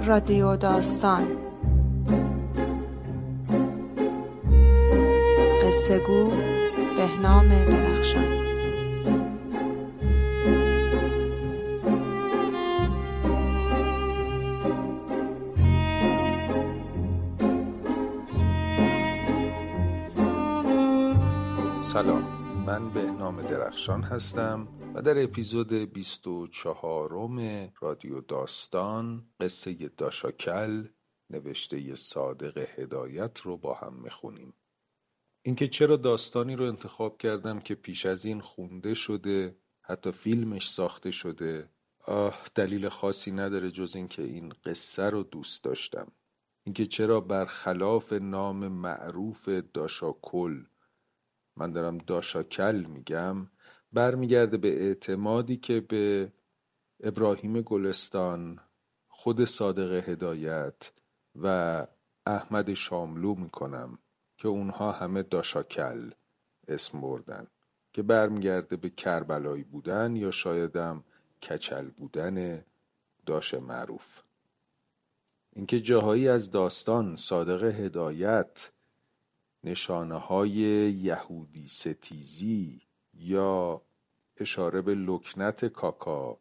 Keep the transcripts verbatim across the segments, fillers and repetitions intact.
رادیو داستان، قصه گو بهنام درخشان. سلام، من بهنام درخشان هستم و در اپیزود بیست و چهارم رادیو داستان قصه داشاکل نوشته صادق هدایت رو با هم میخونیم. اینکه چرا داستانی رو انتخاب کردم که پیش از این خونده شده، حتی فیلمش ساخته شده، آه دلیل خاصی نداره جز اینکه این قصه رو دوست داشتم. اینکه چرا برخلاف نام معروف داشاکل من دارم داشاکل میگم، برمیگرده به اعتمادی که به ابراهیم گلستان، خود صادق هدایت و احمد شاملو میکنم که اونها همه داشاکل اسم بردن، که برمیگرده به کربلایی بودن یا شایدم کچل بودن داش معروف. اینکه جاهایی از داستان صادق هدایت نشانه های یهودی ستیزی یا اشاره به لکنت کاکا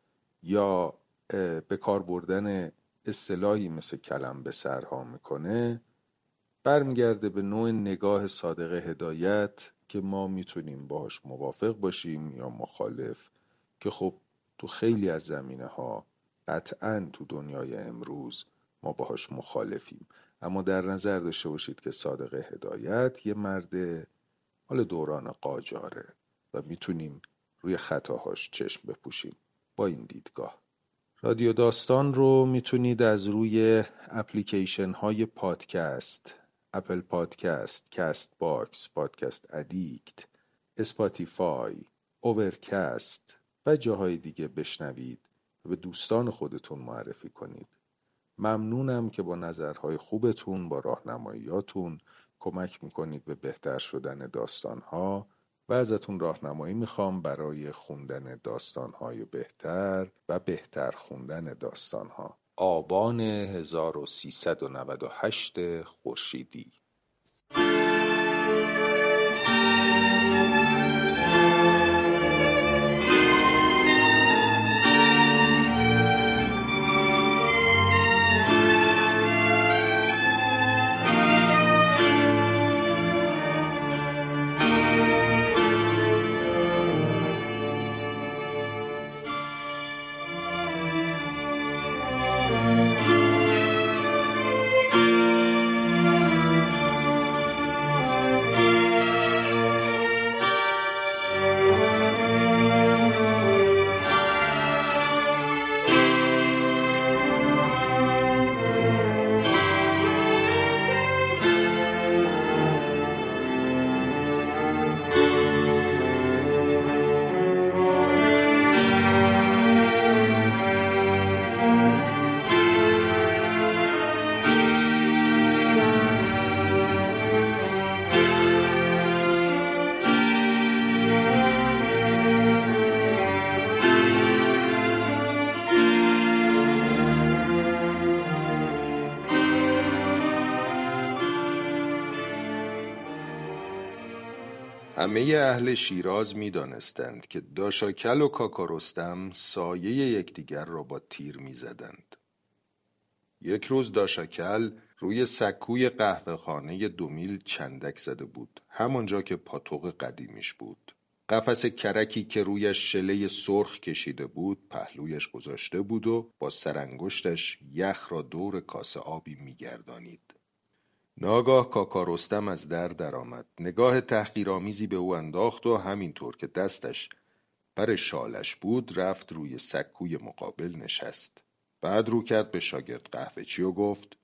یا به کار بردن اصطلاحی مثل کلم به سرها میکنه، برمیگرده به نوع نگاه صادق هدایت که ما میتونیم باهاش موافق باشیم یا مخالف، که خب تو خیلی از زمینه ها قطعاً تو دنیای امروز ما باهاش مخالفیم، اما در نظر داشته باشید که صادق هدایت یه مرد حال دوران قاجاره و میتونیم روی خطاهاش چشم بپوشیم با این دیدگاه. رادیو داستان رو میتونید از روی اپلیکیشن های پادکست، اپل پادکست، کست باکس، پادکست ادیکت، اسپاتیفای، اوورکست و جاهای دیگه بشنوید و به دوستان خودتون معرفی کنید. ممنونم که با نظرهای خوبتون، با راهنماییاتون کمک میکنید به بهتر شدن داستانها و ازتون راهنمایی میخوام برای خوندن داستانهای بهتر و بهتر خوندن داستانها. آبان هزار و سیصد و نود و هشت خورشیدی. همه اهل شیراز می دانستند که داشاکل و کاکا رستم سایه یکدیگر را با تیر می زدند. یک روز داشاکل روی سکوی قهوه خانه دومیل چندک زده بود، همانجا که پاتوق قدیمیش بود. قفس کرکی که رویش شله سرخ کشیده بود پهلویش گذاشته بود و با سرانگشتش یخ را دور کاسه آبی می گردانید. ناگاه کاکا رستم از در درآمد، نگاه تحقیرآمیزی به او انداخت و همینطور که دستش بر شالش بود رفت روی سکوی مقابل نشست. بعد رو کرد به شاگرد قهوه‌چی و گفت: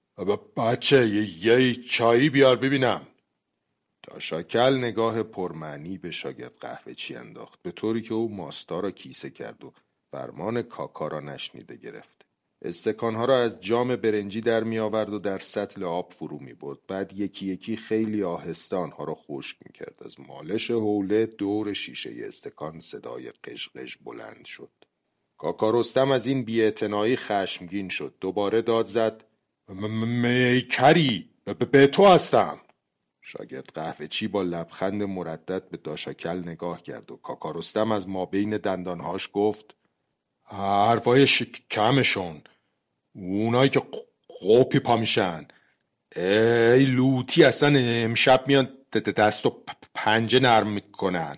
بچه یه, یه چایی بیار ببینم. داشاکل نگاه پرمعنی به شاگرد قهوه‌چی انداخت، به طوری که او ماستا را کیسه کرد و فرمان کاکا را نشنیده گرفت. استکانها را از جام برنجی در می آورد و در سطل آب فرو می برد. بعد یکی یکی خیلی آهسته آنها را خشک می کرد. از مالش حوله دور شیشه استکان صدای قشقش بلند شد. کاکا رستم از این بی‌اعتنایی خشمگین شد. دوباره داد زد: میکری، به تو هستم. شاگرد قهوه چی با لبخند مردد به داشاکل نگاه کرد و کاکا رستم از ما بین دندانهاش گفت: حرفای شکمشون، اونایی که قوپی پا میشن. ای لوتی، اصلا امشب میان دست و پنجه نرم میکنن.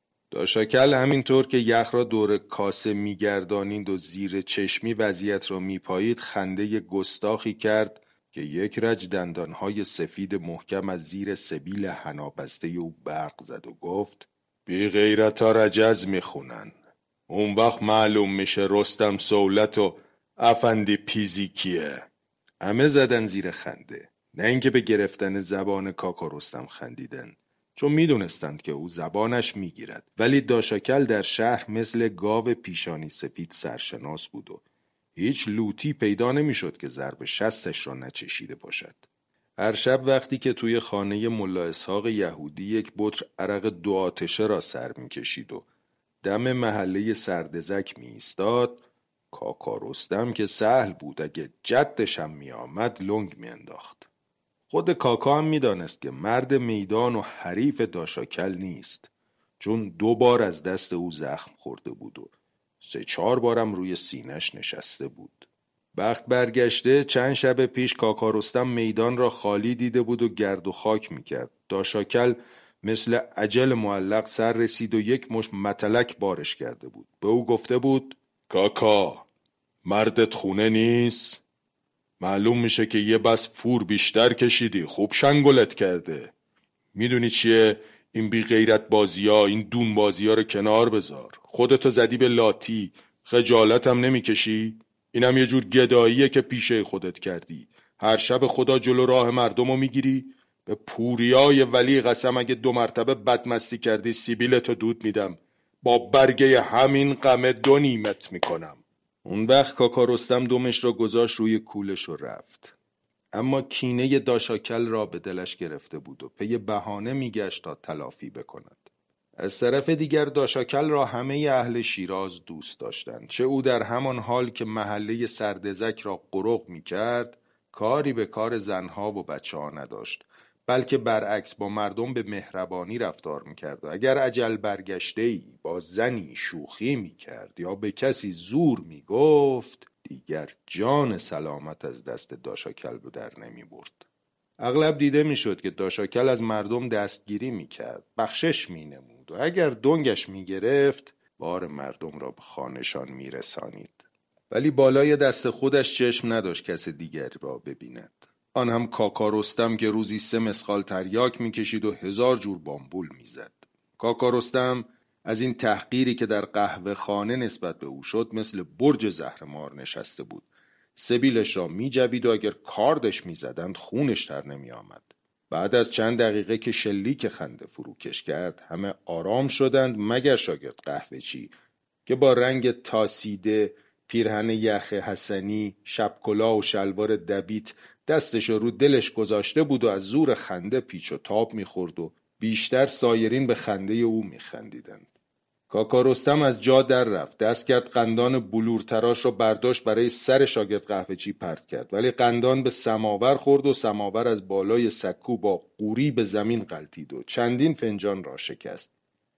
داشاکل همینطور که یخ را دور کاسه میگردانید و زیر چشمی وضعیت را میپایید خنده گستاخی کرد که یک رج دندانهای سفید محکم از زیر سبیل حنابسته او برق زد و گفت: بی غیرتا رجز میخونن، اون وقت معلوم میشه رستم سولت و افندی پیزی کیه. همه زدن زیر خنده، نه اینکه به گرفتن زبان کاکا رستم خندیدن، چون میدونستند که او زبانش میگیرد، ولی داشاکل در شهر مثل گاو پیشانی سفید سرشناس بود و هیچ لوتی پیدا نمیشد که ضرب شستش را نچشیده باشد. هر شب وقتی که توی خانه ملا اسحاق یهودی یک بطر عرق دو آتشه را سر میکشید و دم محله سردزک می ایستاد، کاکا رستم که سهل بود اگه جدش هم می آمد لنگ می انداخت. خود کاکا هم می دانست که مرد میدان و حریف داشاکل نیست، چون دو بار از دست او زخم خورده بود و سه چهار بارم روی سینش نشسته بود. بخت برگشته چند شب پیش کاکا رستم میدان را خالی دیده بود و گرد و خاک می کرد. داشاکل مثل اجل معلق سر رسید و یک مشت متلک بارش کرده بود. به او گفته بود: کاکا، مردت خونه نیست؟ معلوم میشه که یه بس فور بیشتر کشیدی، خوب شنگلت کرده. میدونی چیه؟ این بی غیرت بازی ها، این دون بازی ها رو کنار بذار. خودتو زدی به لاتی، خجالت هم نمیکشی؟ اینم یه جور گداییه که پیشه خودت کردی. هر شب خدا جلو راه مردم رو میگیری. به پوریای ولی قسم اگه دو مرتبه بدمستی کردی سیبیلتو دود میدم، با برگه همین غمه دو نیمت میکنم. اون وقت کاکا رستم دمش را گذاشت روی کولش و رفت. اما کینه داشاکل را به دلش گرفته بود و پی بهانه میگشت تا تلافی بکند. از طرف دیگر داشاکل را همه اهل شیراز دوست داشتند، چه او در همان حال که محله سردزک را قرق میکرد کاری به کار زنها و بچه ها نداشت، بلکه برعکس با مردم به مهربانی رفتار میکرد و اگر اجل برگشته‌ای با زنی شوخی میکرد یا به کسی زور میگفت دیگر جان سلامت از دست داشاکل رو در نمیبرد. اغلب دیده میشد که داشاکل از مردم دستگیری میکرد، بخشش مینمود و اگر دنگش میگرفت بار مردم را به خانه‌شان میرسانید. ولی بالای دست خودش چشم نداشت کس دیگری را ببیند، آن هم کاکا رستم که روزی سه مسقال تریاک میکشید و هزار جور بامبول میزد. کاکا رستم از این تحقیری که در قهوه خانه نسبت به او شد مثل برج زهرمار نشسته بود. سبیلش را میجوید و اگر کاردش میزدند خونش تر نمی آمد. بعد از چند دقیقه که شلیک خنده فروکش کرد همه آرام شدند مگر شاگرد قهوه چی که با رنگ تاسیده، پیرهن یخ حسنی، شبکلا و شلوار دبیت دستش رو دلش گذاشته بود و از زور خنده پیچ و تاب میخورد و بیشتر سایرین به خنده او میخندیدند. کاکا رستم از جا در رفت، دست کرد قندان بلور تراش را برداشت برای سر شاگرد قهوه چی پرت کرد، ولی قندان به سماور خورد و سماور از بالای سکو با قوری به زمین غلتید و چندین فنجان را شکست.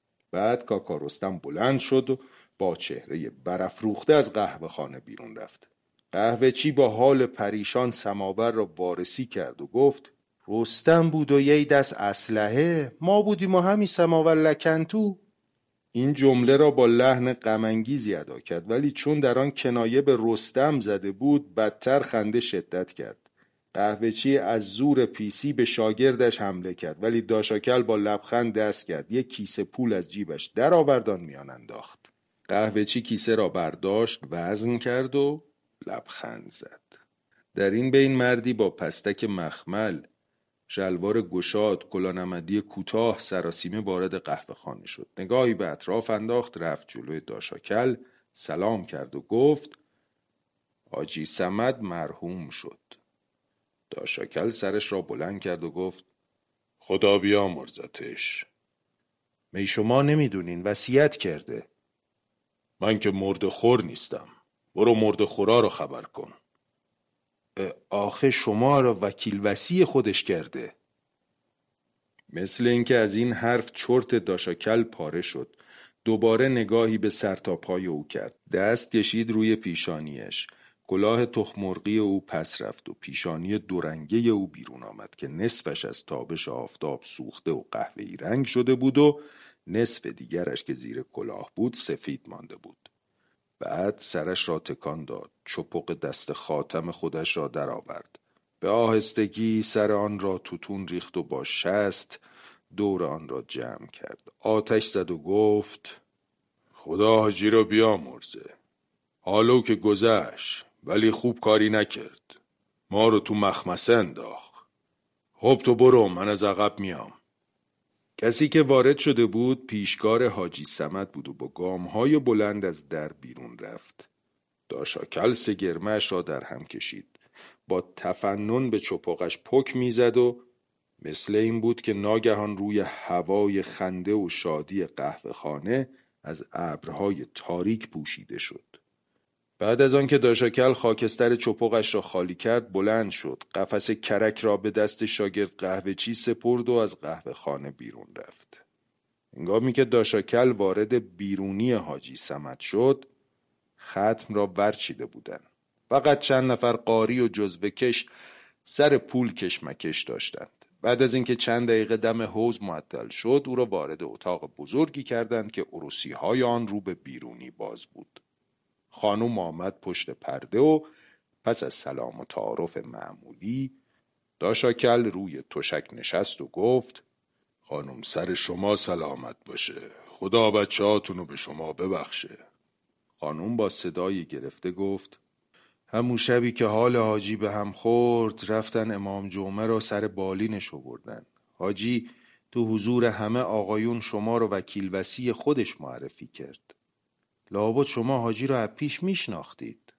بعد کاکا رستم بلند شد و با چهره برافروخته از قهوه خانه بیرون رفت. قهوه چی با حال پریشان سماور را وارسی کرد و گفت: رستم بود و یه دست اسلحه، ما بودیم و همین سماور لکن تو. این جمله را با لحن غم‌انگیزی ادا کرد، ولی چون در آن کنایه به رستم زده بود بدتر خنده شدت کرد. قهوه چی از زور پیسی به شاگردش حمله کرد، ولی داشاکل با لبخند دست کرد، یک کیسه پول از جیبش در آوردان میان انداخت. قهوه چی کیسه را برداشت، وزن کرد و لبخند زد. در این بین مردی با پستک مخمل، شلوار گشاد، کلانمدی کوتاه، سراسیمه وارد قهوه خانه شد. نگاهی به اطراف انداخت، رفت جلوی داشاکل، سلام کرد و گفت: حاجی صمد مرحوم شد. داشاکل سرش را بلند کرد و گفت: خدا بیامرزتش. می شما نمیدونین وصیت کرده. من که مرده خور نیستم. برو مرده خورا رو خبر کن. آخه شما را وکیل وصی خودش کرده. مثل اینکه از این حرف چرت داشاکل پاره شد. دوباره نگاهی به سر تا پای او کرد. دست کشید روی پیشانیش. کلاه تخمرغی او پس رفت و پیشانی دورنگه او بیرون آمد که نصفش از تابش آفتاب سوخته و قهوه‌ای رنگ شده بود و نصف دیگرش که زیر کلاه بود سفید مانده بود. بعد سرش را تکان داد. چپق دست خاتم خودش را درآورد. به آهستگی سر آن را توتون ریخت و با شست دور آن را جمع کرد. آتش زد و گفت: خدا حاجی را بیامرزه. حالو که گذشت ولی خوب کاری نکرد. ما رو تو مخمسه انداخت. خب تو برو، من از عقب میام. کسی که وارد شده بود پیشکار حاجی صمد بود و با گام‌های بلند از در بیرون رفت. داشاکل سگرمه‌اش را در هم کشید. با تفنن به چپقش پک میزد و مثل این بود که ناگهان روی هوای خنده و شادی قهوه خانه از ابرهای تاریک پوشیده شد. بعد از آن که داشاکل خاکستر چپقش را خالی کرد بلند شد. قفس کرک را به دست شاگرد قهوه چی سپرد و از قهوه خانه بیرون رفت. هنگامی که داشاکل وارد بیرونی حاجی صمد شد ختم را برچیده بودند. فقط چند نفر قاری و جزوه کش سر پول کشمکش داشتند. بعد از اینکه چند دقیقه دم حوض معطل شد او را وارد اتاق بزرگی کردند که عروسی های آن رو به بیرونی باز بود. خانم آمد پشت پرده و پس از سلام و تعارف معمولی داشاکل روی تشک نشست و گفت: خانم سر شما سلامت باشه. خدا بچه هاتونو به شما ببخشه. خانم با صدای گرفته گفت: همون شبی که حال حاجی به هم خورد رفتن امام جمعه را سر بالینش آوردن. حاجی تو حضور همه آقایون شما رو وکیل وصی خودش معرفی کرد. لابد شما حاجی را از پیش میشناختید.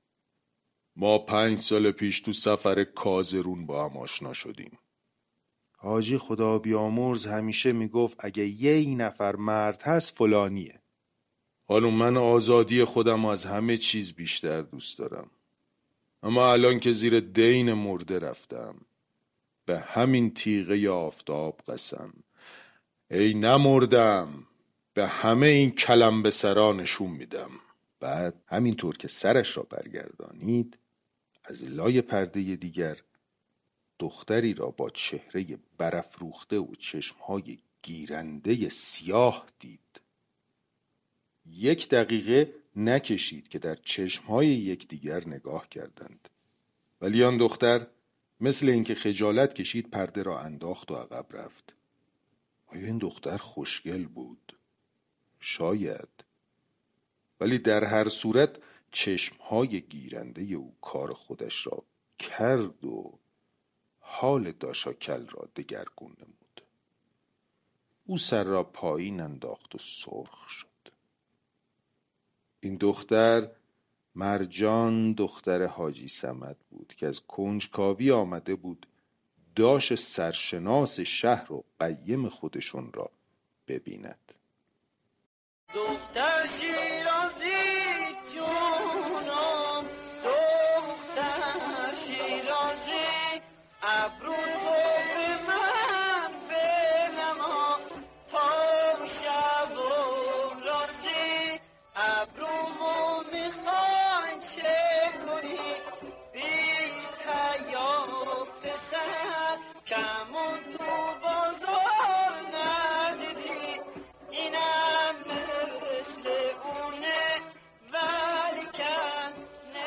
ما پنج سال پیش تو سفر کازرون با هم آشنا شدیم. حاجی خدا بیامرز همیشه میگفت اگه یه نفر مرد هست فلانیه. خانم من آزادی خودم از همه چیز بیشتر دوست دارم. اما الان که زیر دین مرده رفتم به همین تیغه آفتاب قسم ای نمردم به همه این کلم به سرا نشون میدم. بعد همینطور که سرش را برگردانید از لای پرده دیگر دختری را با چهره برافروخته و چشمهای گیرنده سیاه دید. یک دقیقه نکشید که در چشمهای یکدیگر نگاه کردند. ولی آن دختر مثل اینکه خجالت کشید پرده را انداخت و عقب رفت. آیا این دختر خوشگل بود؟ شاید. ولی در هر صورت چشمهای گیرنده او کار خودش را کرد و حال داشاکل را دگرگون نمود. او سر را پایین انداخت و سرخ شد. این دختر مرجان دختر حاجی صمد بود که از کنجکاوی آمده بود داش سرشناس شهر و قیم خودشون را ببیند. دختر شیرازی جونم، دختر شیرازی ابرو تو به من بنما تا شب و رازی ابرومو میخوای چه کنی بی پیام پسر کمون تو بازار ندیدی اینم مثل اونه ولیکن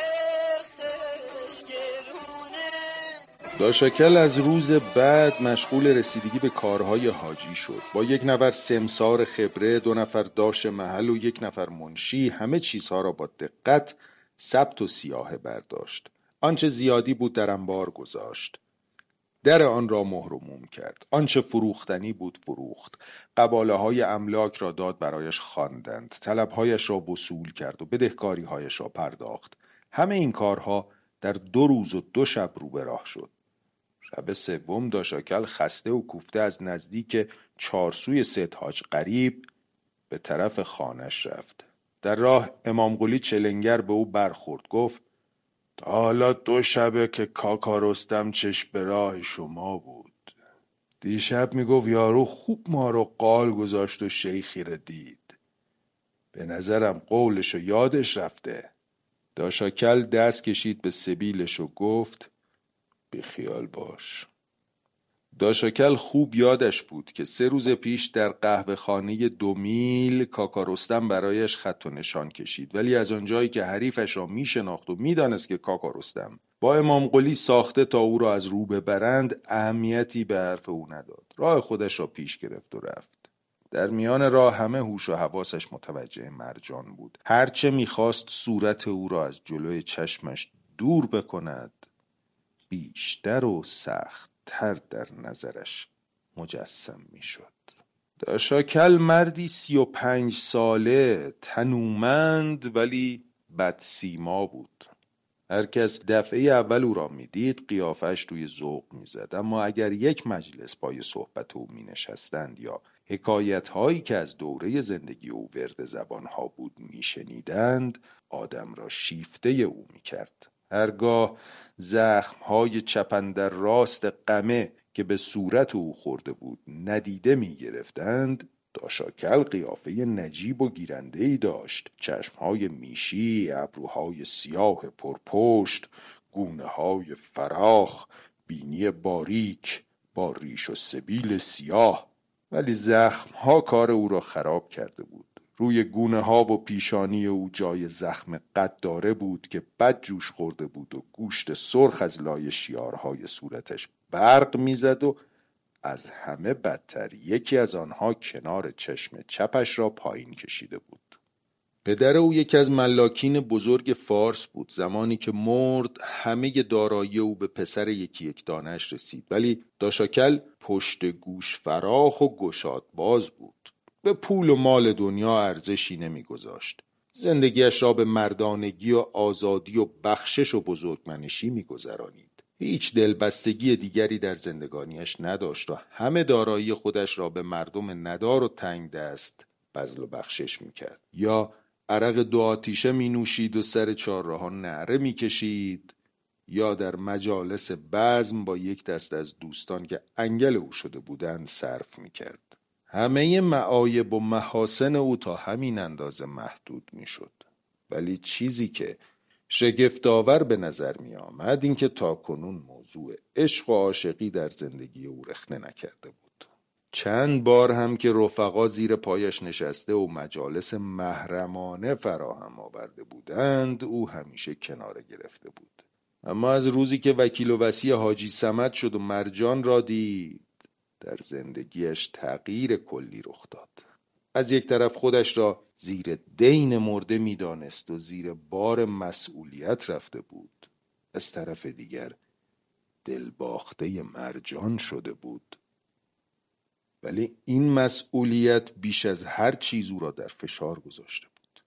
نرخش گرونه. داشاکل از روز بعد مشغول رسیدگی به کارهای حاجی شد. با یک نفر سمسار خبره، دو نفر داش محل و یک نفر منشی همه چیزها را با دقت ثبت و سیاهه برداشت. آنچه زیادی بود در انبار گذاشت. در آن را مهر و موم کرد. آنچه فروختنی بود فروخت. قباله های املاک را داد برایش خواندند. طلبهایش را وصول کرد و بدهکاریهایش را پرداخت. همه این کارها در دو روز و دو شب رو به راه شد. شب سوم داشاکل خسته و کوفته از نزدیک چارسوی ست حاج قریب به طرف خانش رفت. در راه امام قلی چلنگر به او برخورد. گفت تا حالا دو شبه که کاکا رستم چشم به راه شما بود. دیشب میگفت یارو خوب ما رو قال گذاشت و شیخی رو دید. به نظرم قولشو یادش رفته. داشاکل دست کشید به سبیلش و گفت بی خیال باش. داشاکل خوب یادش بود که سه روز پیش در قهوه خانه دو میل کاکا رستم برایش خط و نشان کشید، ولی از آنجایی که حریفش را می شناخت و می دانست که کاکا رستم با امام قلی ساخته تا او را از رو ببرند، اهمیتی به حرف او نداد. راه خودش را پیش گرفت و رفت. در میان راه همه هوش و حواسش متوجه مرجان بود. هرچه می‌خواست صورت او را از جلوی چشمش دور بکند، بیشتر و سخت‌تر در نظرش مجسم می‌شد. داشاکل مردی سی و پنج ساله، تنومند ولی بدسیما بود. هر کس دفعه اول او را میدید قیافش توی ذوق میزد، اما اگر یک مجلس پای صحبت او می نشستند یا حکایت هایی که از دوره زندگی او ورد زبان ها بود می شنیدند، آدم را شیفته او می کرد. هرگاه زخم های چپندر راست قمه که به صورت او خورده بود ندیده می گرفتند، داشاکل قیافه نجیب و گیرنده‌ای داشت. چشمهای میشی، ابروهای سیاه پرپشت، گونه‌های فراخ، بینی باریک با ریش و سبیل سیاه. ولی زخمها کار او را خراب کرده بود. روی گونه‌ها و پیشانی او جای زخم قداره بود که بد جوش خورده بود و گوشت سرخ از لای شیارهای صورتش برق میزد و از همه بدتر یکی از آنها کنار چشم چپش را پایین کشیده بود. پدر او یکی از ملاکین بزرگ فارس بود. زمانی که مرد همه دارایی او به پسر یکی یک دانش رسید، ولی داشاکل پشت گوش فراخ و گشاد باز بود. به پول و مال دنیا ارزشی نمی گذاشت. زندگیش را به مردانگی و آزادی و بخشش و بزرگمنشی می گذرانید. هیچ دلبستگی دیگری در زندگانیش نداشت و همه دارایی خودش را به مردم ندار و تنگ دست بذل و بخشش میکرد. یا عرق دو آتیشه می نوشید و سر چهارراهان نعره می کشید، یا در مجالس بزم با یک دست از دوستان که انگل او شده بودند صرف می کرد. همه معایب و محاسن او تا همین اندازه محدود می شد. ولی چیزی که شگفت‌آور به نظر می آمد این که تا کنون موضوع عشق و عاشقی در زندگی او رخنه نکرده بود. چند بار هم که رفقا زیر پایش نشسته و مجالس محرمانه فراهم آورده بودند، او همیشه کناره گرفته بود. اما از روزی که وکیل و وصی حاجی صمد شد و مرجان را دید، در زندگیش تغییر کلی رخ داد. از یک طرف خودش را زیر دین مرده می دانست و زیر بار مسئولیت رفته بود. از طرف دیگر دلباخته مرجان شده بود. ولی این مسئولیت بیش از هر چیز او را در فشار گذاشته بود.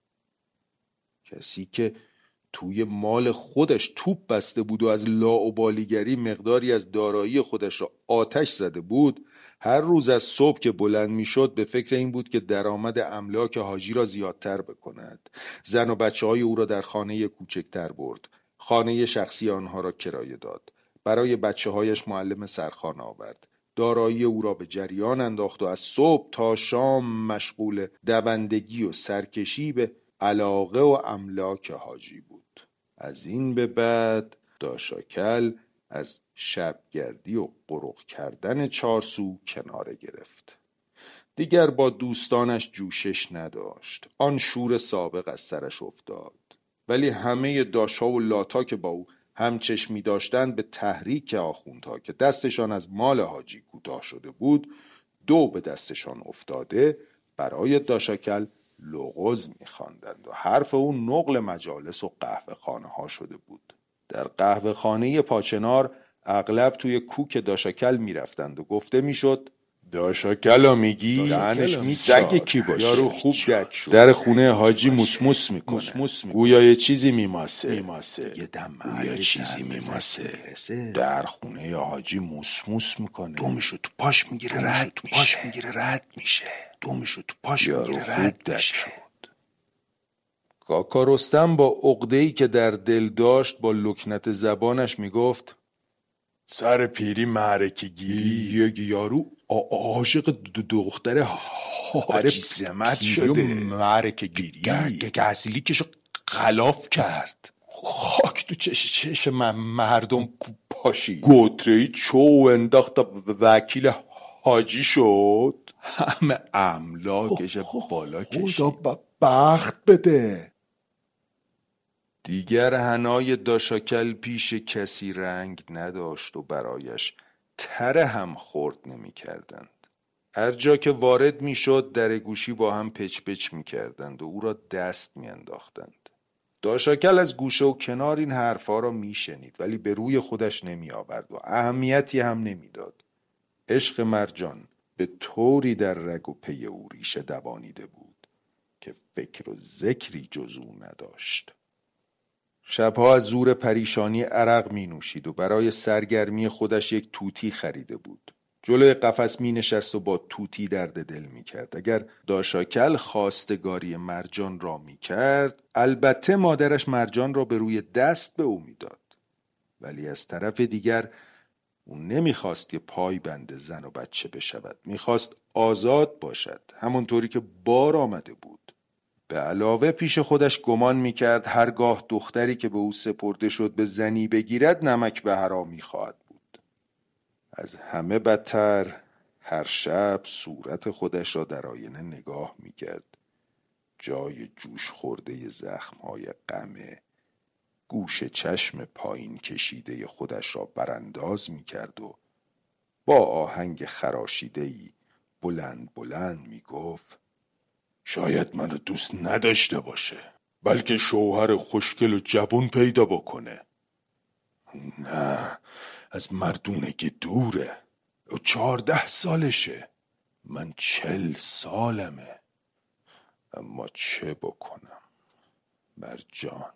کسی که توی مال خودش توپ بسته بود و از لاابالیگری مقداری از دارایی خودش را آتش زده بود، هر روز از صبح که بلند می شد به فکر این بود که درآمد املاک حاجی را زیادتر بکند. زن و بچه های او را در خانه کوچکتر برد. خانه شخصی آنها را کرایه داد. برای بچه هایش معلم سرخانه آورد. دارایی او را به جریان انداخت و از صبح تا شام مشغول دوندگی و سرکشی به علاقه و املاک حاجی بود. از این به بعد داشاکل از شبگردی و قرق کردن چارسو کناره گرفت. دیگر با دوستانش جوشش نداشت. آن شور سابق از سرش افتاد. ولی همه داشا و لاتا که با او همچشمی داشتند به تحریک آخوندها که دستشان از مال حاجی کوتاه شده بود، دو به دستشان افتاده برای داشاکل لغز می‌خواندند و حرف او نقل مجالس و قهوه خانه ها شده بود. در قهوه خانه پاچنار اغلب توی کوک داشاکل میرفتند و گفته میشد داشاکلا میگی دهنش میزگه کی باشه. یارو خوب دک شد. در خونه حاجی موسموس میکنه، گویا یه چیزی میماسه میماسه یه دم گویا چیزی میماسه. در خونه حاجی موسموس میکنه، دومشو تو پاش میگیره رد میشه پاش میگیره رد میشه دومشو تو پاش میگیره رد میشه. کاکا رستم با عقده‌ای که در دل داشت با لکنت زبانش میگفت سر پیری معرکه گیری یک یارو عاشق دختر حاجی سمت شده معرکه گیری گسیلی کشو غلاف کرد، خاک تو چش چش مردم پاشید، گترهی چو انداخت وکیل حاجی شد، همه املاکش بالا کشید. خدا بخت بده. دیگر حنای داشاکل پیش کسی رنگ نداشت و برایش تره هم خورد نمی کردند. هر جا که وارد می شد در گوشی با هم پچ پچ می کردند و او را دست می انداختند. داشاکل از گوشه و کنار این حرفا را می شنید ولی به روی خودش نمی آورد و اهمیتی هم نمی داد. عشق مرجان به طوری در رگ و پی او ریشه دوانیده بود که فکر و ذکری جز او نداشت. شبها از زور پریشانی عرق می نوشید و برای سرگرمی خودش یک توتی خریده بود. جلوی قفس می نشست و با توتی درد دل می کرد. اگر داشاکل خواستگاری مرجان را می کرد، البته مادرش مرجان را به روی دست به او می داد. ولی از طرف دیگر او نمی خواست که پای بند زن و بچه بشود. می خواست آزاد باشد، همونطوری که بار آمده بود. به علاوه پیش خودش گمان میکرد هرگاه دختری که به او سپرده شد به زنی بگیرد نمک به حرامی خواهد بود. از همه بدتر هر شب صورت خودش را در آینه نگاه میکرد. جای جوش خورده زخمهای غمه گوش چشم پایین کشیده خودش را برانداز میکرد و با آهنگ خراشیده‌ای بلند بلند میگفت شاید منو دوست نداشته باشه، بلکه شوهر خوشگل و جوون پیدا بکنه. نه، از مردونگی دوره. او چهارده سالشه، من چل سالمه. اما چه بکنم؟ مرجان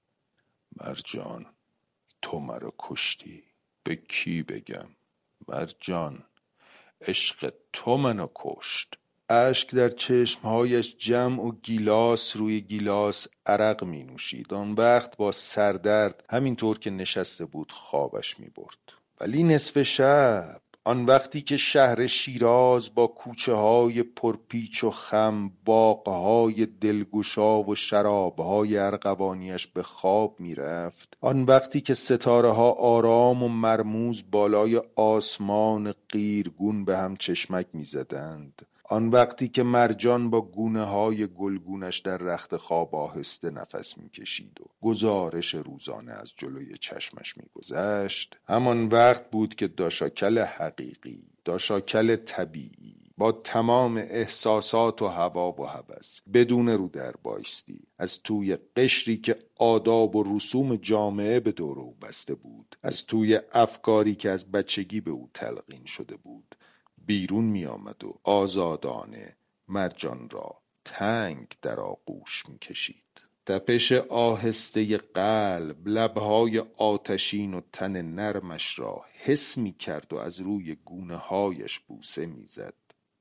مرجان تو مرا کشتی. به کی بگم؟ مرجان عشق تو منو کشت. اشک در چشمهایش جمع و گیلاس روی گیلاس عرق می نوشید. آن وقت با سردرد همینطور که نشسته بود خوابش می برد. ولی نصف شب، آن وقتی که شهر شیراز با کوچه های پرپیچ و خم، باغهای دلگشا و شرابهای ارغوانیش به خواب می رفت، آن وقتی که ستاره ها آرام و مرموز بالای آسمان قیرگون به هم چشمک می زدند، آن وقتی که مرجان با گونه های گلگونش در رخت خواب آهسته نفس می کشید و گزارش روزانه از جلوی چشمش می گذشت، همان وقت بود که داشاکل حقیقی، داشاکل طبیعی، با تمام احساسات و هوا و هوس، بدون رو در بایستی، از توی قشری که آداب و رسوم جامعه به دور او بسته بود، از توی افکاری که از بچگی به او تلقین شده بود، بیرون می آمد و آزادانه مرجان را تنگ در آغوش می کشید. تپش آهسته قلب، لبهای آتشین و تن نرمش را حس می کرد و از روی گونه هایش بوسه می زد.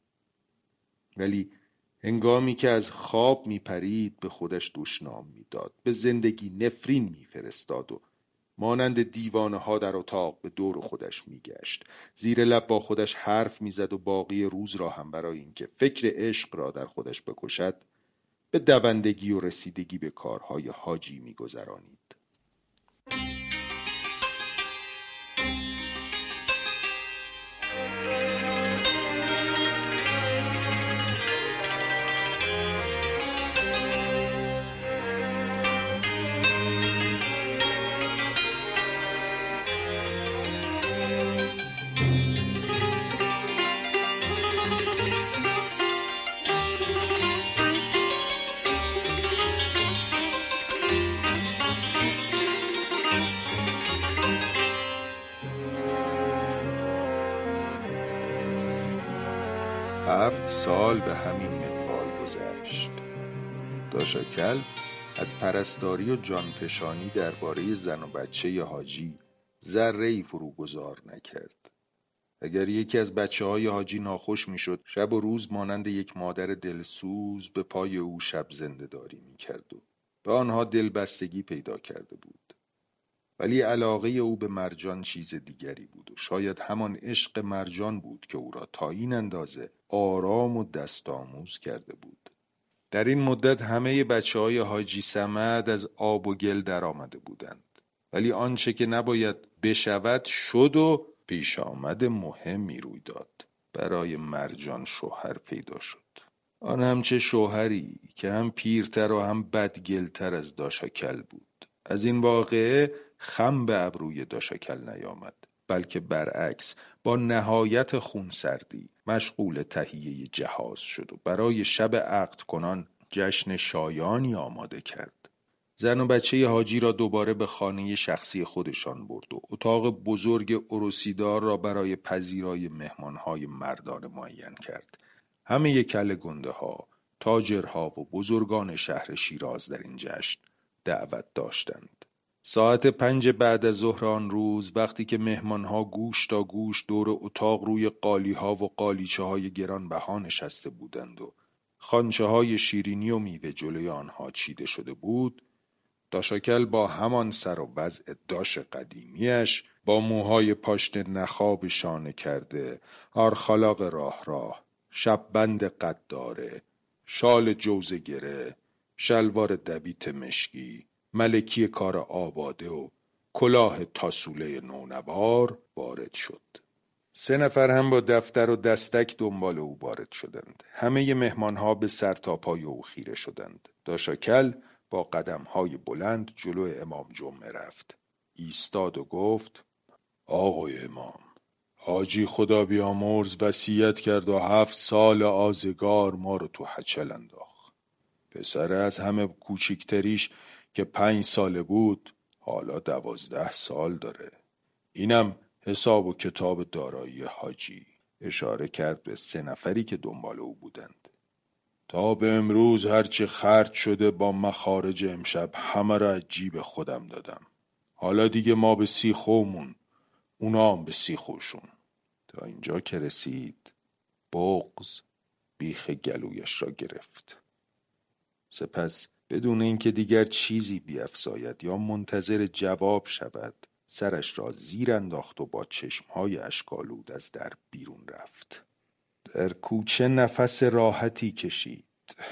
ولی هنگامی که از خواب می پرید به خودش دشنام می داد، به زندگی نفرین می فرستاد و مانند دیوانه ها در اتاق به دور خودش می گشت. زیر لب با خودش حرف می زد و باقی روز را هم برای اینکه فکر عشق را در خودش بکشد به دوندگی و رسیدگی به کارهای حاجی می گذرانید. هفت سال به همین منوال گذشت. داشاکل از پرستاری و جانفشانی درباره زن و بچه حاجی ذره‌ای فروگذار نکرد. اگر یکی از بچه های حاجی ناخوش می شد، شب و روز مانند یک مادر دلسوز به پای او شب زنده داری می کرد و به آنها دلبستگی پیدا کرده بود. ولی علاقه او به مرجان چیز دیگری بود و شاید همان عشق مرجان بود که او را تا این اندازه آرام و دست آموز کرده بود. در این مدت همه بچه های حاجی صمد از آب و گل در آمده بودند، ولی آنچه که نباید بشود شد و پیش آمد مهمی روی داد. برای مرجان شوهر پیدا شد. آن هم چه شوهری که هم پیرتر و هم بدگلتر از داشاکل بود. از این واقعه خم به ابروی داشاکل نیامد، بلکه برعکس با نهایت خونسردی مشغول تهیه جهاز شد و برای شب عقد کنان جشن شایانی آماده کرد. زن و بچه حاجی را دوباره به خانه شخصی خودشان برد و اتاق بزرگ عروسیدار را برای پذیرای مهمانهای مردان معین کرد. همه کله گنده ها، تاجرها و بزرگان شهر شیراز در این جشن دعوت داشتند. ساعت پنج بعد از ظهر آن روز، وقتی که مهمانها گوش تا گوش دور اتاق روی قالیها و قالیچه های گرانبها نشسته بودند و خوانچه های شیرینی و میوه جلوی آنها چیده شده بود، داشاکل با همان سر و وضع داش قدیمیش، با موهای پاشنه نخاب شانه کرده، آرخالاق راه راه، شببند قداره، شال جوزه گره، شلوار دبیت مشکی، ملکی کار آباده و کلاه تاسوله نونوار وارد شد. سه نفر هم با دفتر و دستک دنبال او وارد شدند. همه مهمانها به سر تا پای او خیره شدند. داشاکل با قدمهای بلند جلو امام جمعه رفت. ایستاد و گفت: آقای امام، حاجی خدا بیامرز وصیت کرد و هفت سال آزگار ما رو تو هچل انداخت. پسر از همه کوچیکتریش که پنج ساله بود حالا دوازده سال داره. اینم حساب و کتاب دارایی حاجی. اشاره کرد به سه نفری که دنبال او بودند. تا به امروز هرچه خرج شده با مخارج امشب همه را جیب خودم دادم. حالا دیگه ما به سیخومون، اونا هم به سیخوشون. تا اینجا که رسید بغض بیخ گلویش را گرفت. سپس بدون اینکه دیگر چیزی بیفزاید یا منتظر جواب شود، سرش را زیر انداخت و با چشمهای اشک‌آلود از در بیرون رفت. در کوچه نفس راحتی کشید.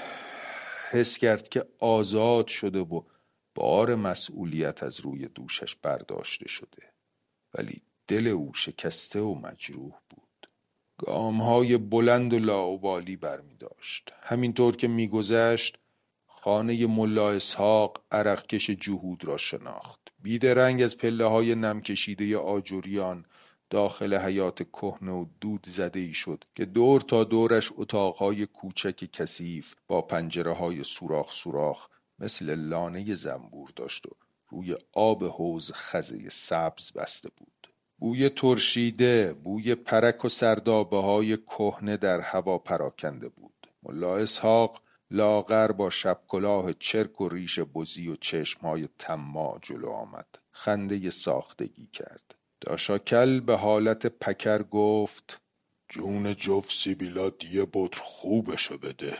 حس کرد که آزاد شده و بار مسئولیت از روی دوشش برداشته شده، ولی دل او شکسته و مجروح بود. گام‌های بلند و لاابالی برمی داشت. همینطور که می گذشت خانه ملا اسحاق عرقکش جهود را شناخت. بیدرنگ از پله های نم کشیده آجوریان داخل حیات کهنه و دود زده ای شد که دور تا دورش اتاقهای کوچک کثیف با پنجره های سوراخ سوراخ مثل لانه زنبور داشت و روی آب حوض خزه سبز بسته بود. بوی ترشیده، بوی پرک و سردابه های کهنه در هوا پراکنده بود. ملا اسحاق لاغر با شب کلاه چرک و ریش بزی و چشمهای طماع جلو آمد. خنده ساختگی کرد. داشاکل به حالت پکر گفت: جون جفت سیبیلات یه بطر خوبشو بده،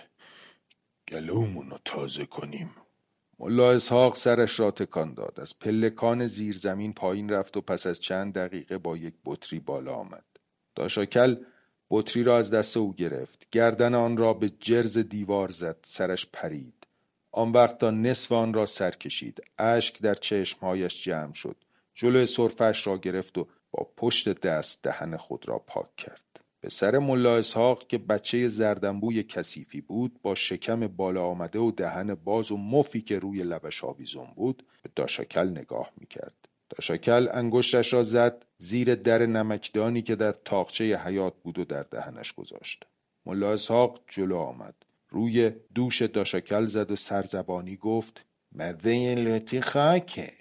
گلومونو تازه کنیم. ملا اسحاق سرش را تکان داد. از پلکان زیر زمین پایین رفت و پس از چند دقیقه با یک بطری بالا آمد. داشاکل بطری را از دست او گرفت، گردن آن را به جرز دیوار زد، سرش پرید. آن وقت تا نصف آن را سر کشید. اشک در چشمهایش جمع شد. جلوی سرفش را گرفت و با پشت دست دهن خود را پاک کرد. به سر ملا اسحاق که بچه زردنبوی کثیفی بود، با شکم بالا آمده و دهن باز و مفی که روی لبش آویزون بود، به داشاکل نگاه میکرد. داشاکل انگشتش را زد زیر در نمکدانی که در تاقچه حیاط بود و در دهنش گذاشت. ملا اسحاق جلو آمد، روی دوش داشاکل زد و سرزبانی گفت: مده این لطی خاکه.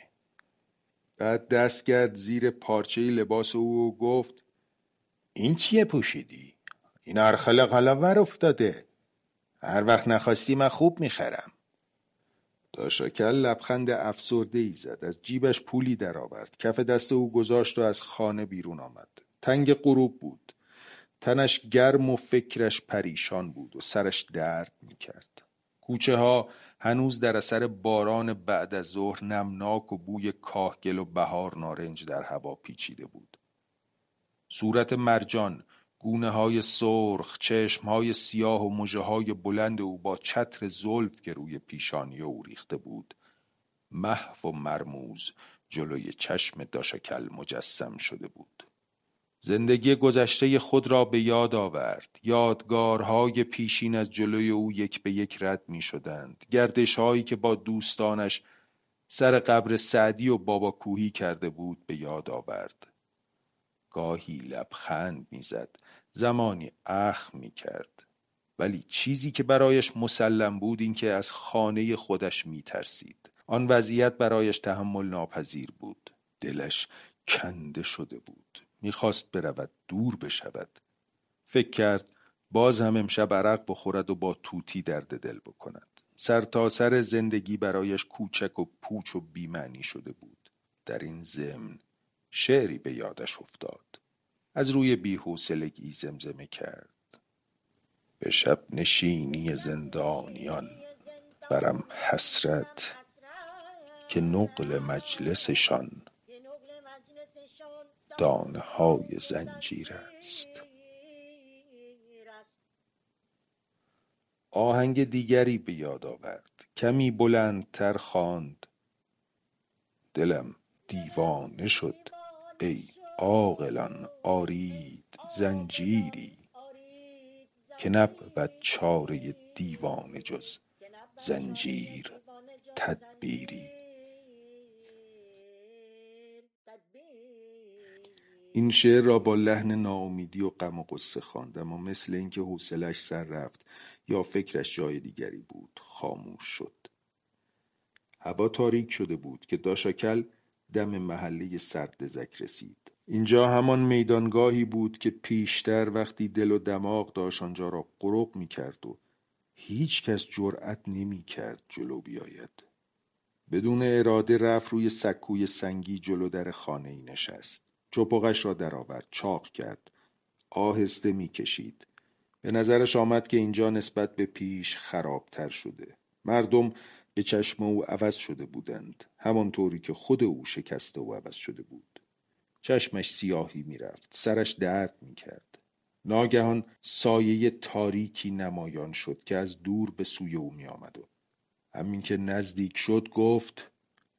بعد دست کرد زیر پارچه لباس او و گفت: این چیه پوشیدی؟ این ارخل قلاور افتاده. هر وقت نخواستی من خوب میخرم. داشاکل لبخند افسرده‌ای زد. از جیبش پولی در آورد. کف دست او گذاشت و از خانه بیرون آمد. تنگ غروب بود. تنش گرم و فکرش پریشان بود و سرش درد میکرد. کوچه ها هنوز در اثر باران بعد از ظهر نمناک و بوی کاهگل و بهار نارنج در هوا پیچیده بود. صورت مرجان، گونه های سرخ، چشم های سیاه و مژه های بلند او با چتر زلف که روی پیشانی او ریخته بود، محو و مرموز جلوی چشم داشکل مجسم شده بود. زندگی گذشته خود را به یاد آورد. یادگارهای پیشین از جلوی او یک به یک رد می شدند. گردش‌هایی که با دوستانش سر قبر سعدی و بابا کوهی کرده بود به یاد آورد. گاهی لبخند می زد، زمانی اخم می کرد. ولی چیزی که برایش مسلم بود این که از خانه خودش می ترسید. آن وضعیت برایش تحمل ناپذیر بود. دلش کنده شده بود. میخواست برود، دور بشود. فکر کرد باز هم امشب عرق بخورد و با توتی درد دل بکند. سر تا سر زندگی برایش کوچک و پوچ و بی‌معنی شده بود. در این ضمن شعری به یادش افتاد. از روی بی‌حوصلگی زمزمه کرد: به شب نشینی زندانیان برم حسرت، که نقل مجلسشان دانه های زنجیر است. آهنگ دیگری به یاد آورد. کمی بلندتر خواند: دلم دیوانه شد ای عاقلان، آرید زنجیری، که نبود چاره دیوانه جز زنجیر تدبیری. این شعر را با لحن ناامیدی و غم و غصه خواند، اما مثل اینکه حوصله‌اش سر رفت یا فکرش جای دیگری بود، خاموش شد. هوا تاریک شده بود که داشاکل دم محله سردزک رسید. اینجا همان میدانگاهی بود که پیشتر وقتی دل و دماغ داشت آنجا را قرق می کرد و هیچ کس جرأت نمی کرد جلو بیاید. بدون اراده رفت روی سکوی سنگی جلو در خانه‌ای نشست. چپقش را درآورد، چاق کرد، آهسته می کشید. به نظرش آمد که اینجا نسبت به پیش خرابتر شده. مردم به چشم او عوض شده بودند، همانطوری که خود او شکسته و عوض شده بود. چشمش سیاهی می رفت، سرش درد می کرد. ناگهان سایه تاریکی نمایان شد که از دور به سوی او می آمد و همین که نزدیک شد گفت: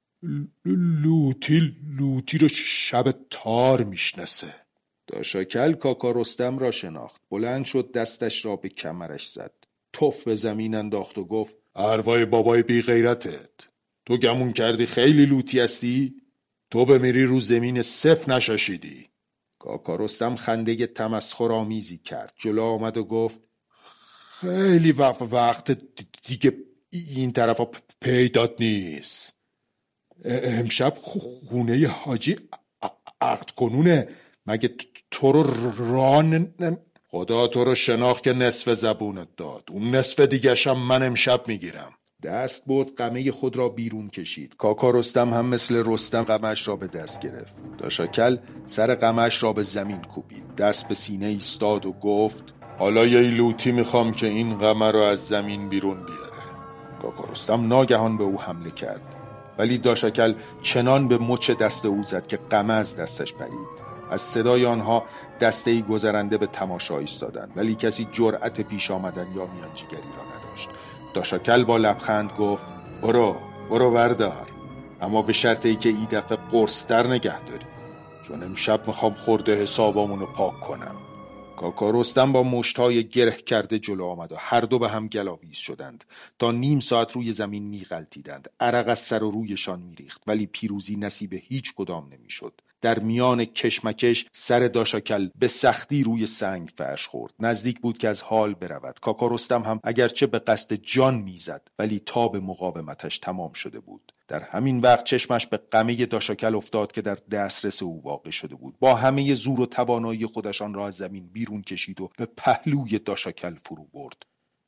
لوتی لوتی رو شب تار میشناسه. داشاکل کاکا رستم را شناخت. بلند شد، دستش را به کمرش زد، تف به زمین انداخت و گفت: ارواح بابای بی غیرتت، تو گمون کردی خیلی لوتی هستی؟ تو بمیری رو زمین صف نشاشیدی. کاکا رستم خنده تمسخرآمیزی کرد، جلو آمد و گفت: خیلی وقت دیگه این طرفا پیدات نیست. امشب خونه حاجی عقد کنونه، مگه تو رو ران نم... خدا تو رو شناخت که نصف زبونت داد، اون نصف دیگه‌شم من امشب میگیرم. دست برد قمه خود را بیرون کشید. کاکا رستم هم مثل رستم قمه‌اش را به دست گرفت. داشاکل سر قمه‌اش را به زمین کوبید، دست به سینه ایستاد و گفت: حالا یه لوتی میخوام که این قمه رو از زمین بیرون بیاره. کاکا رستم ناگهان به او حمله کرد، ولی داشاکل چنان به مچ دست او زد که قمه از دستش پرید. از صدای آنها دسته‌ای گذرنده به تماشا ایستادند، ولی کسی جرأت پیش آمدن یا میانجیگری را نداشت. داشاکل با لبخند گفت: برو برو بردار، اما به شرط ای که این دفعه قرص‌تر نگه داری، چون امشب میخوام خورده حسابامونو پاک کنم. کاکا رستم با مشت‌های گره کرده جلو آمد و هر دو به هم گلاویز شدند. تا نیم ساعت روی زمین میغلطیدند. عرق از سر و رویشان میریخت، ولی پیروزی نصیب هیچ کدام نمیشد. در میان کشمکش سر داشاکل به سختی روی سنگ فرش خورد. نزدیک بود که از حال برود. کاکا رستم هم اگرچه به قصد جان میزد، ولی تاب مقاومتش تمام شده بود. در همین وقت چشمش به قمه داشاکل افتاد که در دسترس او واقع شده بود. با همه زور و توانایی خودشان را از زمین بیرون کشید و به پهلوی داشاکل فرو برد.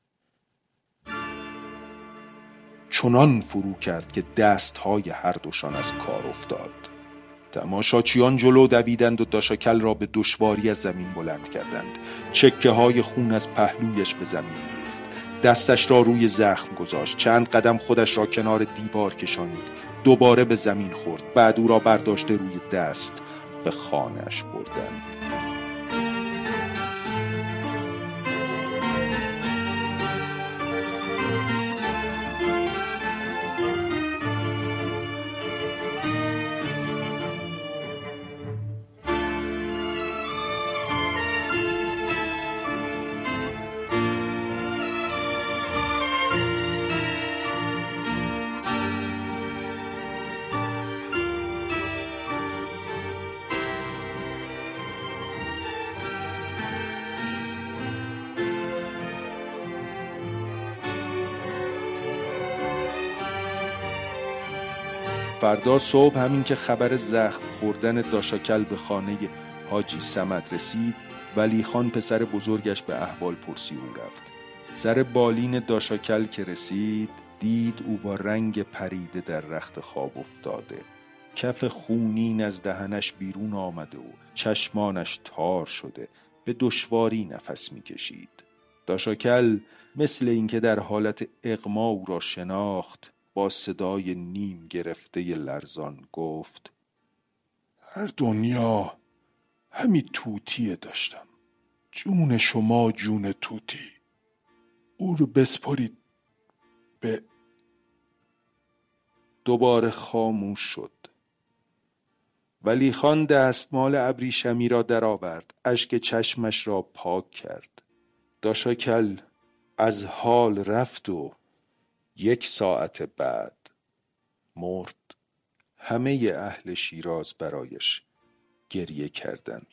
چنان فرو کرد که دستهای هر دوشان از کار افتاد. تماشاچیان جلو دویدند و داشاکل را به دشواری از زمین بلند کردند. چکه های خون از پهلویش به زمین می‌ریخت. دستش را روی زخم گذاشت. چند قدم خودش را کنار دیوار کشانید. دوباره به زمین خورد. بعد او را برداشته روی دست به خانه‌اش بردند. فردا صبح همین که خبر زخم خوردن داشاکل به خانه حاجی صمد رسید، ولی خان پسر بزرگش به احوال پرسی او رفت. سر بالین داشاکل که رسید دید او با رنگ پریده در رخت خواب افتاده. کف خونین از دهنش بیرون آمده و چشمانش تار شده، به دشواری نفس میکشید. داشاکل مثل اینکه در حالت اغما او را شناخت، با صدای نیم گرفته لرزان گفت: در دنیا همی توتیه داشتم، جون شما جون توتی، او رو بسپارید به... دوباره خاموش شد. ولی خان دستمال ابریشمی را در آورد، اشک چشمش را پاک کرد. داشاکل از حال رفت و یک ساعت بعد مرد. همه اهل شیراز برایش گریه کردند.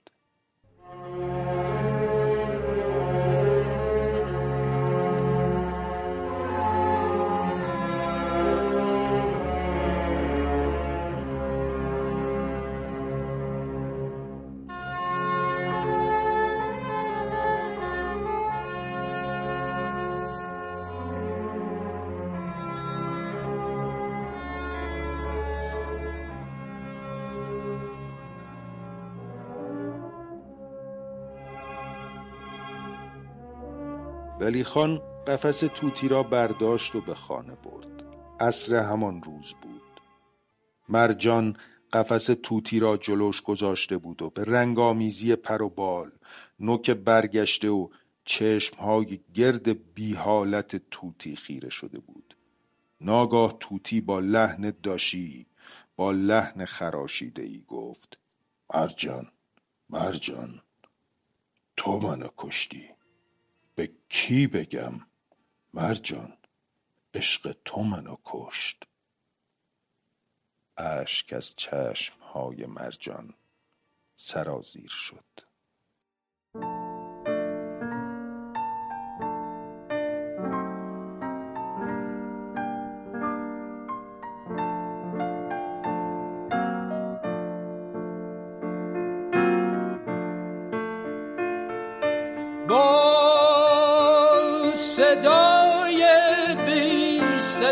ولی خان قفس توتی را برداشت و به خانه برد. عصر همان روز بود. مرجان قفس توتی را جلوش گذاشته بود و به رنگامیزی پر و بال، نوک برگشته و چشمهای گرد بی حالت توتی خیره شده بود. ناگاه توتی با لحن داشی، با لحن خراشیده ای گفت: مرجان، مرجان، تو منو کشتی. به کی بگم؟ مرجان، عشق تو منو کشت. اشک از چشمهای مرجان سرازیر شد. با صدای بی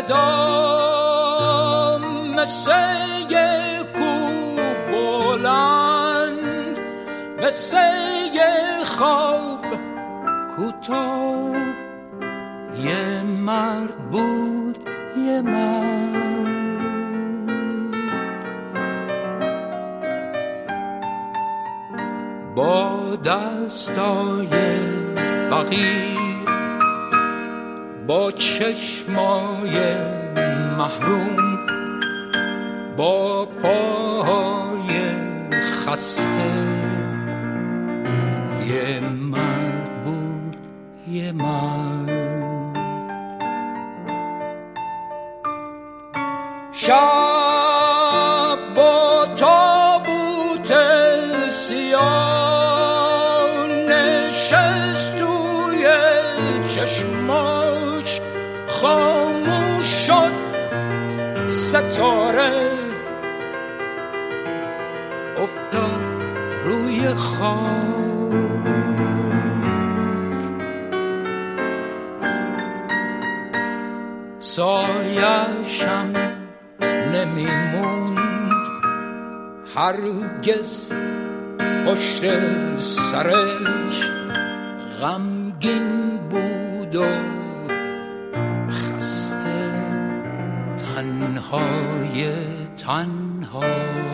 صدا مثل یک کوه بلند، مثل یک خواب کوتاه، یه مرد بود یه مرد، با دستای فقیر، با چشمای محروم، با پاهای خسته، یه مرد بود یه مرد. شب با تابوت سیاه نشست توی چشماش، خاموش شد ستاره، افتاد روی خاک. سایه‌شم نمیموند هرگز پشت سرش، غمگین بود و تنهای تنها.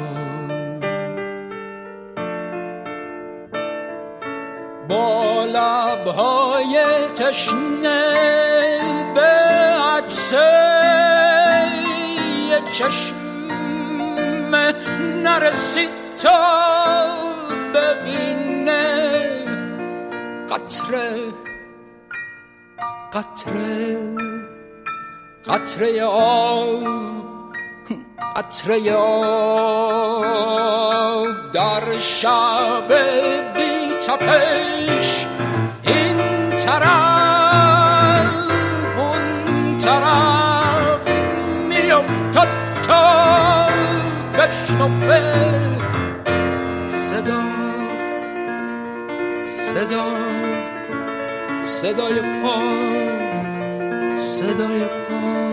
با لبهای تشنه به عکسه چشم نرسید تا ببینه قطره قطره قطره آب قطره آب در شب بی تپش این طرف اون طرف میافتد تا بشنفه صدا صدا صدای پا صدای پا